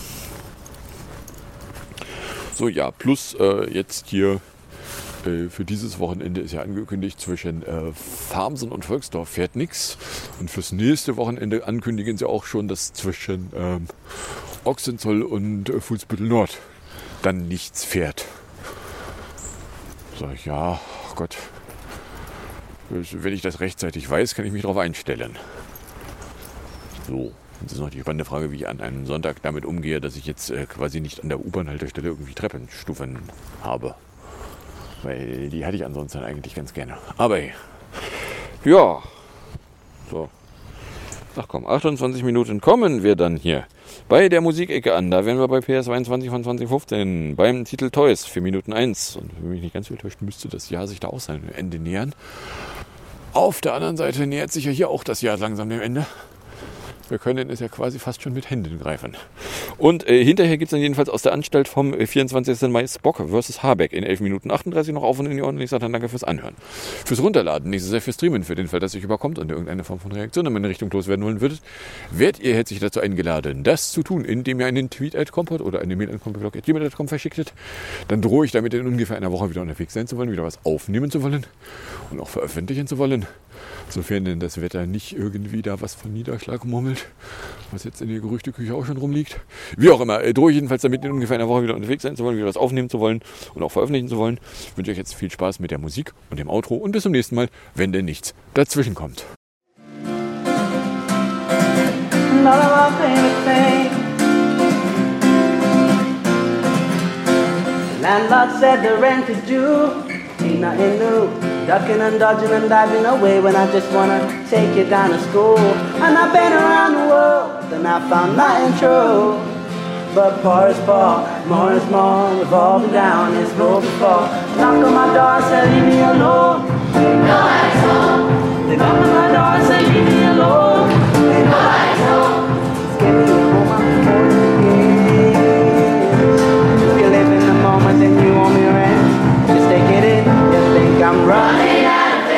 So, ja, plus jetzt hier für dieses Wochenende ist ja angekündigt, zwischen Farmsen und Volksdorf fährt nichts. Und fürs nächste Wochenende ankündigen sie auch schon, dass zwischen Ochsenzoll und Fuhlsbüttel Nord dann nichts fährt. Sag ich, ja, oh Gott. Wenn ich das rechtzeitig weiß, kann ich mich darauf einstellen. So, das ist noch die spannende Frage, wie ich an einem Sonntag damit umgehe, dass ich jetzt quasi nicht an der U-Bahn-Haltestelle irgendwie Treppenstufen habe. Weil die hatte ich ansonsten eigentlich ganz gerne. Aber ja, so. Ach komm, 28 Minuten kommen wir dann hier bei der Musikecke an. Da wären wir bei PS22 von 2015 beim Titel Toys für Minuten 1. Und wenn mich nicht ganz viel täuscht, müsste das Jahr sich da auch seinem Ende nähern. Auf der anderen Seite nähert sich ja hier auch das Jahr langsam dem Ende. Wir können es ja quasi fast schon mit Händen greifen. Und hinterher gibt es dann jedenfalls aus der Anstalt vom 24. Mai Spock vs. Habeck in 11 Minuten 38 noch auf und in die Ohren. Und ich sage dann danke fürs Anhören. Fürs Runterladen, nicht so sehr fürs Streamen, für den Fall, dass euch überkommt und irgendeine Form von Reaktion in meine Richtung loswerden wollen würdet, werdet ihr herzlich dazu eingeladen, das zu tun, indem ihr einen Tweet at Kompott oder eine Mail an kompott@gmail.com verschicktet. Dann drohe ich damit in ungefähr einer Woche wieder unterwegs sein zu wollen, wieder was aufnehmen zu wollen und auch veröffentlichen zu wollen. Sofern denn das Wetter nicht irgendwie da was von Niederschlag murmelt, was jetzt in der Gerüchteküche auch schon rumliegt. Wie auch immer, drohe ich jedenfalls damit in ungefähr einer Woche wieder unterwegs sein zu wollen, wieder was aufnehmen zu wollen und auch veröffentlichen zu wollen. Ich wünsche euch jetzt viel Spaß mit der Musik und dem Outro und bis zum nächsten Mal, wenn denn nichts dazwischen kommt. Landlord said the rent is due, ain't nothing new. Ducking and dodging and diving away when I just wanna take you down to school. And I've been around the world and I found nothing true. But poor is poor, more is more. We've all been down this road before. Knock on my door, say leave me alone. No asshole. They knock on my door, say leave me alone. No asshole. Just give me a home, I'm again. If you live in the moment, then you owe me rent. Just take it in. You think I'm running out of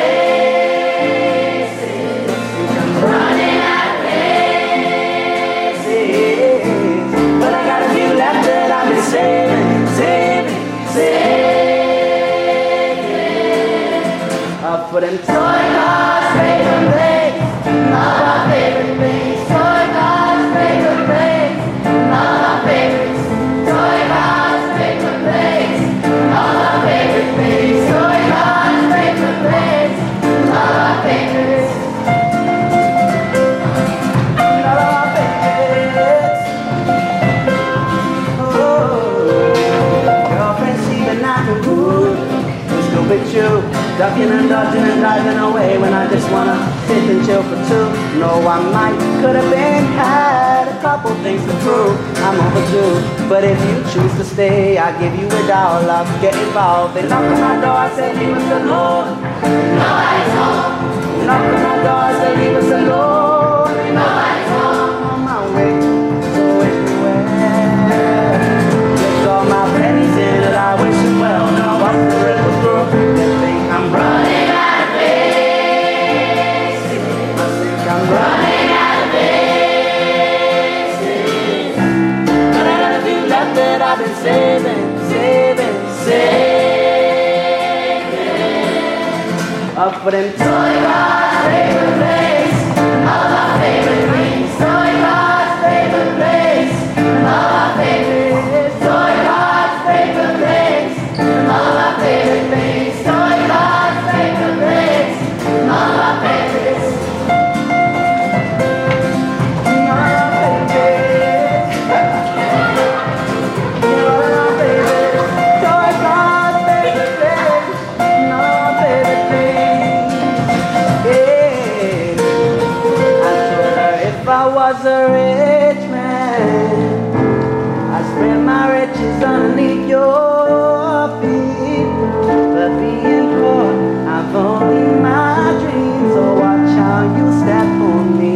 faces. Running out of faces. But I got a few left that I've been saving, saving, saving. Up for them toy cars, favorite place. Not my favorite place. Toy cars, favorite place. Not my favorites. Toy cars, favorite place. Not my favorite place. Toy cars, favorite place. Not my favorites. Not my favorites. Girlfriend, see the night of good. Who's good with you? Ducking and dodging and diving away when I just wanna sit and chill for two. No, I might, could have been had a couple things to prove. I'm overdue, but if you choose to stay, I'll give you it all. Love, get involved. They knock on my door, I say leave us alone. Nobody's home. Knock on my door, I say leave us alone. Nobody's home. On my way, so anywhere. With all my pennies in it, I wish you well. Now what's the river brook? They think I'm running out of basics. I think I'm running out of basics. But I got a few left that I've been saving. Up for them toy cars, favorite place. All my favorite things. Toy cars, favorite place. All my favorites. Toy cars, favorite place. All my favorite things. Toy cars, favorite place. All my favorites. All my favorites. All my favorites. Toy cars, favorite place. All my favorite things. If I was a rich man, I'd spread my riches underneath your feet. But being poor, I've only my dreams. So watch how you step on me.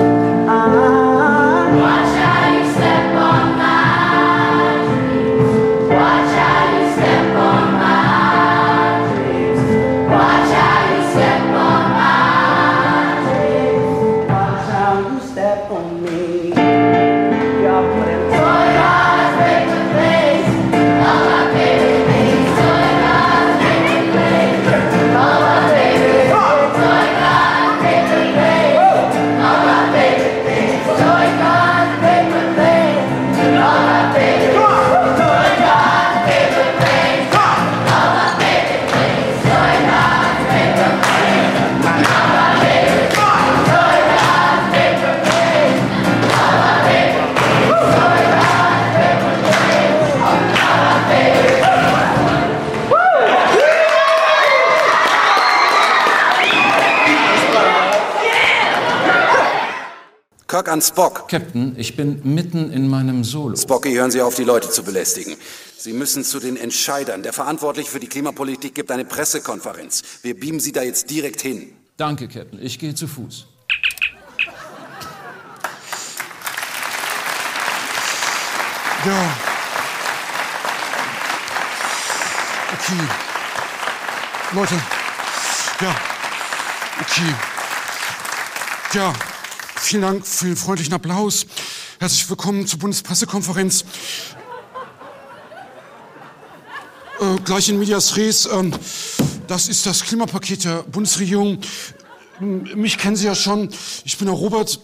Watch how you step on my dreams. Watch how you step on my dreams. Watch how you step on my dreams. Watch how you step on me. Y'all put them toy cars, favorite place. All my favorite things. Toy cars, favorite place. All my favorite things. Toy cars, favorite place. All my favorite things. Toy cars, favorite place. All my favorite things. Toy cars, favorite place. All my favorite things. Toy cars, favorite place. All my favorite things. Toy cars, favorite place. All my favorite things. Toy cars, favorite place. All my favorite Kirk an Spock. Captain, ich bin mitten in meinem Solo. Spocky, hören Sie auf, die Leute zu belästigen. Sie müssen zu den Entscheidern. Der Verantwortliche für die Klimapolitik gibt eine Pressekonferenz. Wir beamen Sie da jetzt direkt hin. Danke, Captain. Ich gehe zu Fuß. Ja. Okay. Leute. Ja. Okay. Ja. Vielen Dank für den freundlichen Applaus. Herzlich willkommen zur Bundespressekonferenz. Gleich in medias res. Das ist das Klimapaket der Bundesregierung. Mich kennen Sie ja schon. Ich bin der Robert.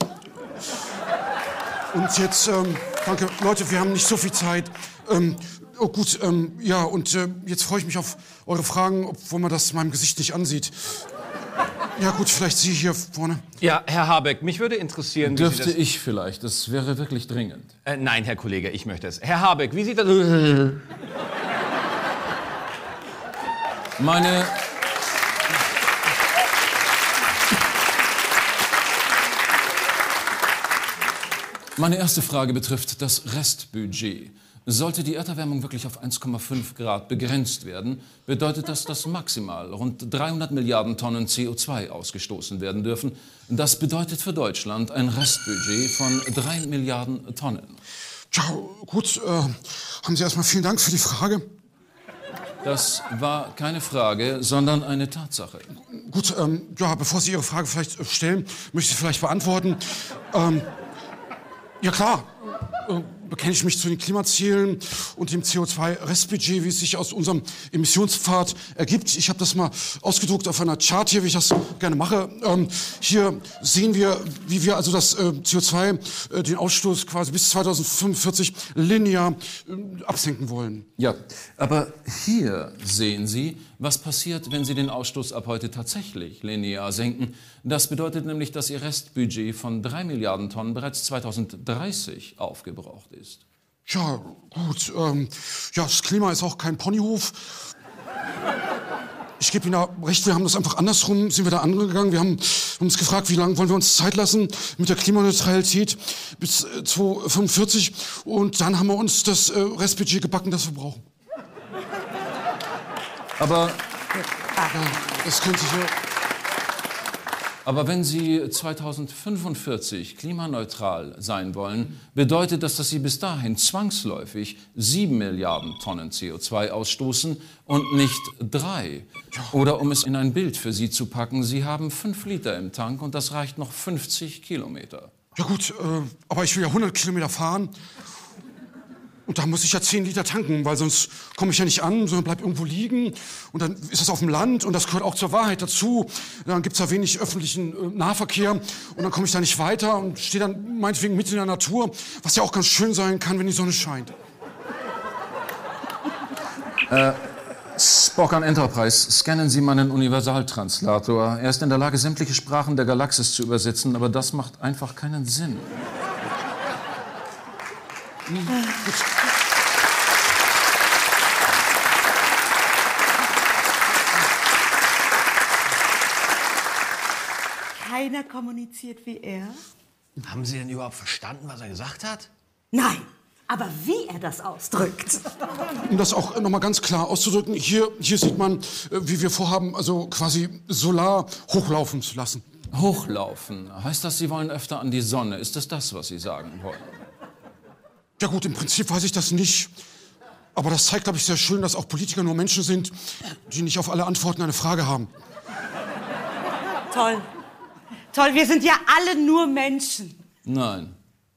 Und jetzt, danke, Leute, wir haben nicht so viel Zeit. Oh gut, ja, und jetzt freue ich mich auf eure Fragen, obwohl man das meinem Gesicht nicht ansieht. Ja gut, vielleicht Sie hier vorne. Ja, Herr Habeck, mich würde interessieren... Dürfte ich vielleicht? Das wäre wirklich dringend. Nein, Herr Kollege, ich möchte es. Herr Habeck, wie sieht das... Meine erste Frage betrifft das Restbudget. Sollte die Erderwärmung wirklich auf 1,5 Grad begrenzt werden, bedeutet das, dass maximal rund 300 Milliarden Tonnen CO2 ausgestoßen werden dürfen. Das bedeutet für Deutschland ein Restbudget von 3 Milliarden Tonnen. Ja, gut, haben Sie erstmal vielen Dank für die Frage. Das war keine Frage, sondern eine Tatsache. Gut, ja, bevor Sie Ihre Frage vielleicht stellen, möchte ich sie vielleicht beantworten. Ja klar, bekenne ich mich zu den Klimazielen und dem CO2-Restbudget, wie es sich aus unserem Emissionspfad ergibt. Ich habe das mal ausgedruckt auf einer Chart hier, wie ich das gerne mache. Hier sehen wir, wie wir also das CO2, den Ausstoß quasi bis 2045 linear absenken wollen. Ja, aber hier sehen Sie, was passiert, wenn Sie den Ausstoß ab heute tatsächlich linear senken. Das bedeutet nämlich, dass Ihr Restbudget von 3 Milliarden Tonnen bereits 2030 aufgebraucht ist. Ja, gut. Ja, das Klima ist auch kein Ponyhof. ich gebe Ihnen da recht, wir haben das einfach andersrum, sind wir da angegangen. Wir haben uns gefragt, wie lange wollen wir uns Zeit lassen mit der Klimaneutralität bis 2045. Und dann haben wir uns das Restbudget gebacken, das wir brauchen. Aber, ja, das könnte sich ja... Aber wenn Sie 2045 klimaneutral sein wollen, bedeutet das, dass Sie bis dahin zwangsläufig 7 Milliarden Tonnen CO2 ausstoßen und nicht 3. Oder um es in ein Bild für Sie zu packen, Sie haben 5 Liter im Tank und das reicht noch 50 Kilometer. Ja gut, aber ich will ja 100 Kilometer fahren. Und da muss ich ja 10 Liter tanken, weil sonst komme ich ja nicht an, sondern bleib irgendwo liegen. Und dann ist das auf dem Land und das gehört auch zur Wahrheit dazu. Dann gibt's da wenig öffentlichen Nahverkehr und dann komme ich da nicht weiter und stehe dann meinetwegen mitten in der Natur, was ja auch ganz schön sein kann, wenn die Sonne scheint. Spock an Enterprise, scannen Sie meinen Universaltranslator. Er ist in der Lage, sämtliche Sprachen der Galaxis zu übersetzen, aber das macht einfach keinen Sinn. Keiner kommuniziert wie er? Haben Sie denn überhaupt verstanden, was er gesagt hat? Nein, aber wie er das ausdrückt. Um das auch noch mal ganz klar auszudrücken, hier sieht man, wie wir vorhaben, also quasi Solar hochlaufen zu lassen. Hochlaufen? Heißt das, Sie wollen öfter an die Sonne? Ist das, was Sie sagen wollen? Ja gut, im Prinzip weiß ich das nicht. Aber das zeigt, glaube ich, sehr schön, dass auch Politiker nur Menschen sind, die nicht auf alle Antworten eine Frage haben. Toll. Toll, wir sind ja alle nur Menschen. Nein.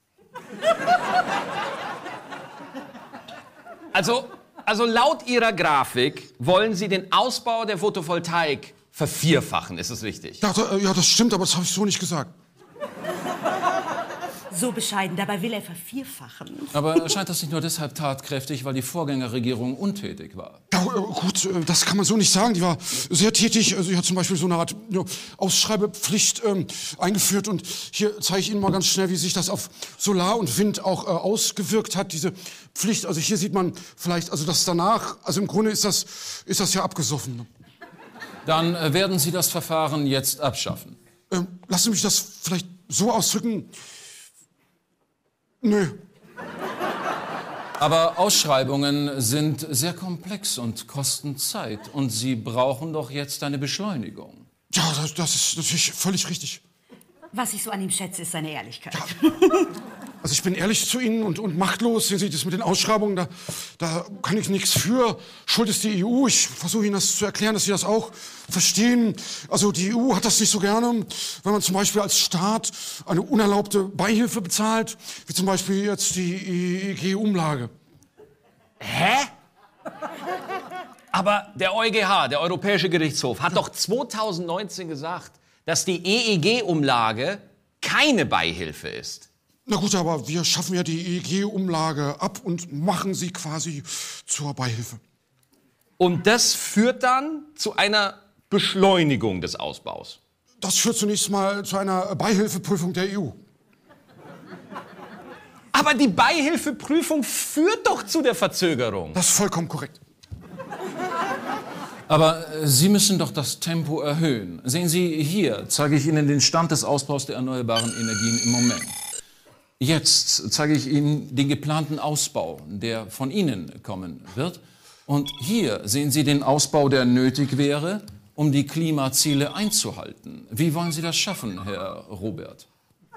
Also laut Ihrer Grafik wollen Sie den Ausbau der Photovoltaik vervierfachen, ist das richtig? Ja, das stimmt, aber das habe ich so nicht gesagt. So bescheiden, dabei will er vervierfachen. Aber scheint das nicht nur deshalb tatkräftig, weil die Vorgängerregierung untätig war? Ja, gut, das kann man so nicht sagen. Die war sehr tätig. Also sie hat zum Beispiel so eine Art Ausschreibepflicht eingeführt. Und hier zeige ich Ihnen mal ganz schnell, wie sich das auf Solar und Wind auch ausgewirkt hat, diese Pflicht. Also hier sieht man vielleicht, also das danach, also im Grunde ist das ja abgesoffen. Ne? Dann werden Sie das Verfahren jetzt abschaffen. Lassen Sie mich das vielleicht so ausdrücken. Nö. Aber Ausschreibungen sind sehr komplex und kosten Zeit. Und Sie brauchen doch jetzt eine Beschleunigung. Ja, das ist natürlich völlig richtig. Was ich so an ihm schätze, ist seine Ehrlichkeit. Ja. Also ich bin ehrlich zu Ihnen und machtlos. Sehen Sie, das mit den Ausschreibungen, da kann ich nichts für. Schuld ist die EU. Ich versuche Ihnen das zu erklären, dass Sie das auch verstehen. Also die EU hat das nicht so gerne, wenn man zum Beispiel als Staat eine unerlaubte Beihilfe bezahlt, wie zum Beispiel jetzt die EEG-Umlage. Hä? Aber der EuGH, der Europäische Gerichtshof, hat doch 2019 gesagt, dass die EEG-Umlage keine Beihilfe ist. Na gut, aber wir schaffen ja die EEG-Umlage ab und machen sie quasi zur Beihilfe. Und das führt dann zu einer Beschleunigung des Ausbaus? Das führt zunächst mal zu einer Beihilfeprüfung der EU. Aber die Beihilfeprüfung führt doch zu der Verzögerung. Das ist vollkommen korrekt. Aber Sie müssen doch das Tempo erhöhen. Sehen Sie, hier zeige ich Ihnen den Stand des Ausbaus der erneuerbaren Energien im Moment. Jetzt zeige ich Ihnen den geplanten Ausbau, der von Ihnen kommen wird. Und hier sehen Sie den Ausbau, der nötig wäre, um die Klimaziele einzuhalten. Wie wollen Sie das schaffen, Herr Robert?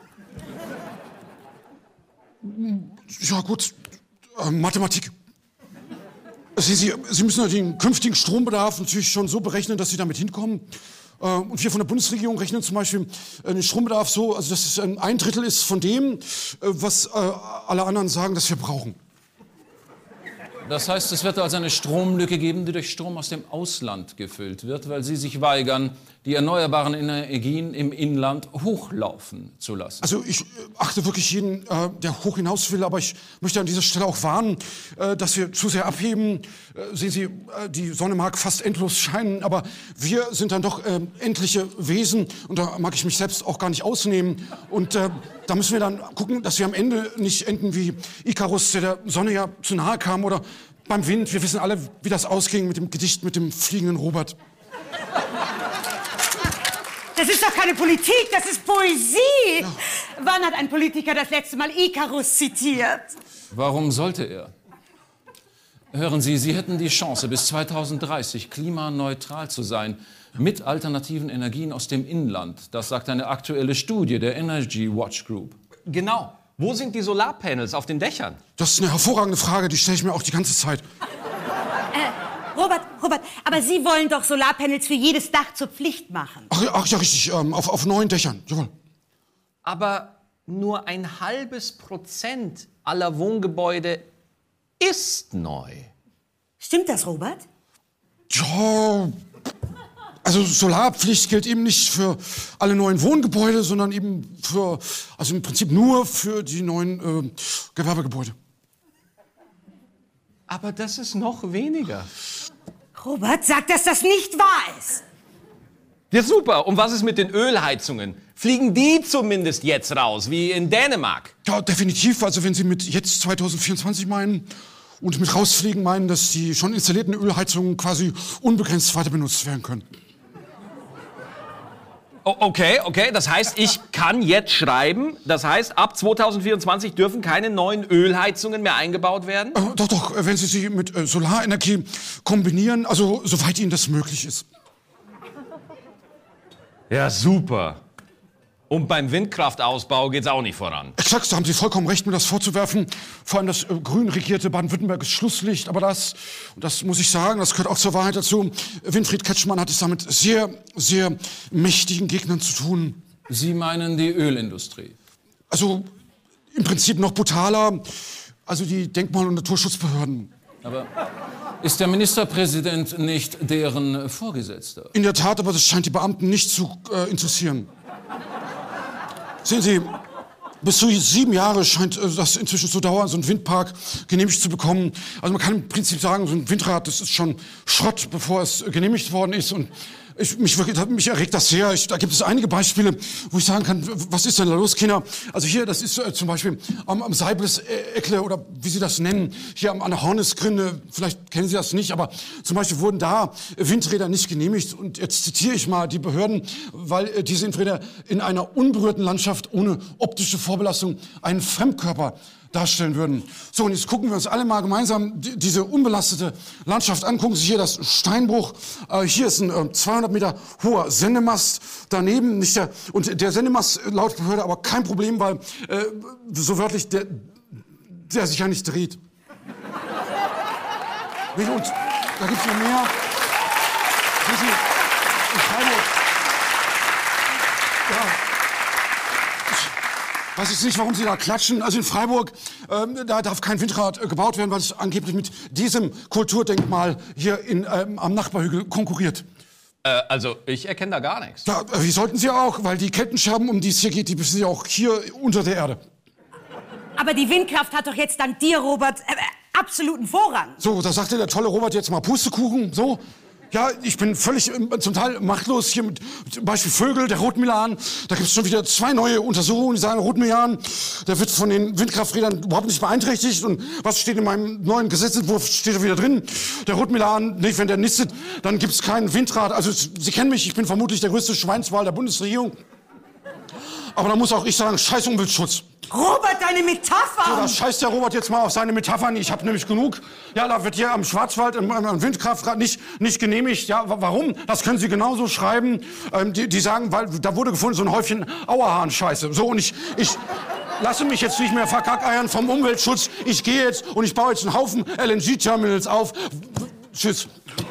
Ja gut, Mathematik. Sie müssen ja den künftigen Strombedarf natürlich schon so berechnen, dass Sie damit hinkommen. Und wir von der Bundesregierung rechnen zum Beispiel den Strombedarf so, also dass es 1/3 ist von dem, was alle anderen sagen, dass wir brauchen. Das heißt, es wird also eine Stromlücke geben, die durch Strom aus dem Ausland gefüllt wird, weil Sie sich weigern, die erneuerbaren Energien im Inland hochlaufen zu lassen. Also ich achte wirklich jeden, der hoch hinaus will, aber ich möchte an dieser Stelle auch warnen, dass wir zu sehr abheben. Sehen Sie, die Sonne mag fast endlos scheinen, aber wir sind dann doch endliche Wesen und da mag ich mich selbst auch gar nicht ausnehmen. Und da müssen wir dann gucken, dass wir am Ende nicht enden wie Ikarus, der Sonne ja zu nahe kam, oder beim Wind. Wir wissen alle, wie das ausging mit dem Gedicht mit dem fliegenden Robert. Das ist doch keine Politik, das ist Poesie. Ja. Wann hat ein Politiker das letzte Mal Ikarus zitiert? Warum sollte er? Hören Sie, Sie hätten die Chance, bis 2030 klimaneutral zu sein, mit alternativen Energien aus dem Inland. Das sagt eine aktuelle Studie der Energy Watch Group. Genau. Wo sind die Solarpanels auf den Dächern? Das ist eine hervorragende Frage, die stelle ich mir auch die ganze Zeit. Robert, aber Sie wollen doch Solarpanels für jedes Dach zur Pflicht machen. Ach ja, richtig, auf 9 Dächern, jawohl. Aber nur 0,5% aller Wohngebäude ist neu. Stimmt das, Robert? Ja, also Solarpflicht gilt eben nicht für alle neuen Wohngebäude, sondern eben also im Prinzip nur für die neuen Gewerbegebäude. Aber das ist noch weniger. Robert sagt, dass das nicht wahr ist. Ja, super. Und was ist mit den Ölheizungen? Fliegen die zumindest jetzt raus, wie in Dänemark? Ja, definitiv. Also wenn Sie mit jetzt 2024 meinen und mit rausfliegen meinen, dass die schon installierten Ölheizungen quasi unbegrenzt weiter benutzt werden können. Okay. Das heißt, ich kann jetzt schreiben, das heißt, ab 2024 dürfen keine neuen Ölheizungen mehr eingebaut werden? Doch, wenn Sie sie mit Solarenergie kombinieren, also soweit Ihnen das möglich ist. Ja, super. Und beim Windkraftausbau geht's auch nicht voran. Exakt, da haben Sie vollkommen recht, mir das vorzuwerfen. Vor allem das grün regierte Baden-Württemberg ist Schlusslicht. Aber das muss ich sagen, das gehört auch zur Wahrheit dazu. Winfried Kretschmann hat es da mit sehr, sehr mächtigen Gegnern zu tun. Sie meinen die Ölindustrie? Also im Prinzip noch brutaler. Also die Denkmal- und Naturschutzbehörden. Aber ist der Ministerpräsident nicht deren Vorgesetzter? In der Tat, aber das scheint die Beamten nicht zu interessieren. Sehen Sie, bis zu 7 Jahre scheint das inzwischen zu dauern, so einen Windpark genehmigt zu bekommen. Also man kann im Prinzip sagen, so ein Windrad, das ist schon Schrott, bevor es genehmigt worden ist. Und mich erregt das sehr. Da gibt es einige Beispiele, wo ich sagen kann, was ist denn da los, Kinder? Also hier, das ist zum Beispiel am Seibles-Eckle oder wie Sie das nennen, hier an der Hornesgrinde, vielleicht kennen Sie das nicht, aber zum Beispiel wurden da Windräder nicht genehmigt. Und jetzt zitiere ich mal die Behörden, weil diese Windräder in einer unberührten Landschaft ohne optische Vorbelastung einen Fremdkörper darstellen würden. So, und jetzt gucken wir uns alle mal gemeinsam diese unbelastete Landschaft an. Gucken Sie hier das Steinbruch. Hier ist ein 200 Meter hoher Sendemast. Daneben nicht und der Sendemast laut Behörde aber kein Problem, weil so wörtlich der sich ja nicht dreht. Und da gibt's noch mehr. In Freiburg. Ja. Ich weiß jetzt nicht, warum Sie da klatschen. Also in Freiburg, da darf kein Windrad gebaut werden, weil es angeblich mit diesem Kulturdenkmal hier am Nachbarhügel konkurriert. Also ich erkenne da gar nichts. Ja, wie sollten Sie auch, weil die Kettenscherben, um die es hier geht, die befinden sich auch hier unter der Erde. Aber die Windkraft hat doch jetzt dank dir, Robert, absoluten Vorrang. So, da sagte der tolle Robert jetzt mal Pustekuchen, so. Ja, ich bin völlig zum Teil machtlos hier mit zum Beispiel Vögel, der Rotmilan. Da gibt es schon wieder 2 neue Untersuchungen, die sagen, Rotmilan, der wird von den Windkrafträdern überhaupt nicht beeinträchtigt. Und was steht in meinem neuen Gesetzentwurf, steht da wieder drin. Der Rotmilan, nicht, wenn der nistet, dann gibt es kein Windrad. Also Sie kennen mich, ich bin vermutlich der größte Schweinswal der Bundesregierung. Aber da muss auch ich sagen, scheiß Umweltschutz. Robert, deine Metaphern! So, da scheißt der Robert jetzt mal auf seine Metaphern. Ich habe nämlich genug. Ja, da wird hier am Schwarzwald ein Windkraftrad nicht genehmigt. Ja, warum? Das können Sie genauso schreiben. Die sagen, weil da wurde gefunden so ein Häufchen Auerhahn-Scheiße. So, und ich lasse mich jetzt nicht mehr verkackeiern vom Umweltschutz. Ich gehe jetzt und ich baue jetzt einen Haufen LNG-Terminals auf. Tschüss.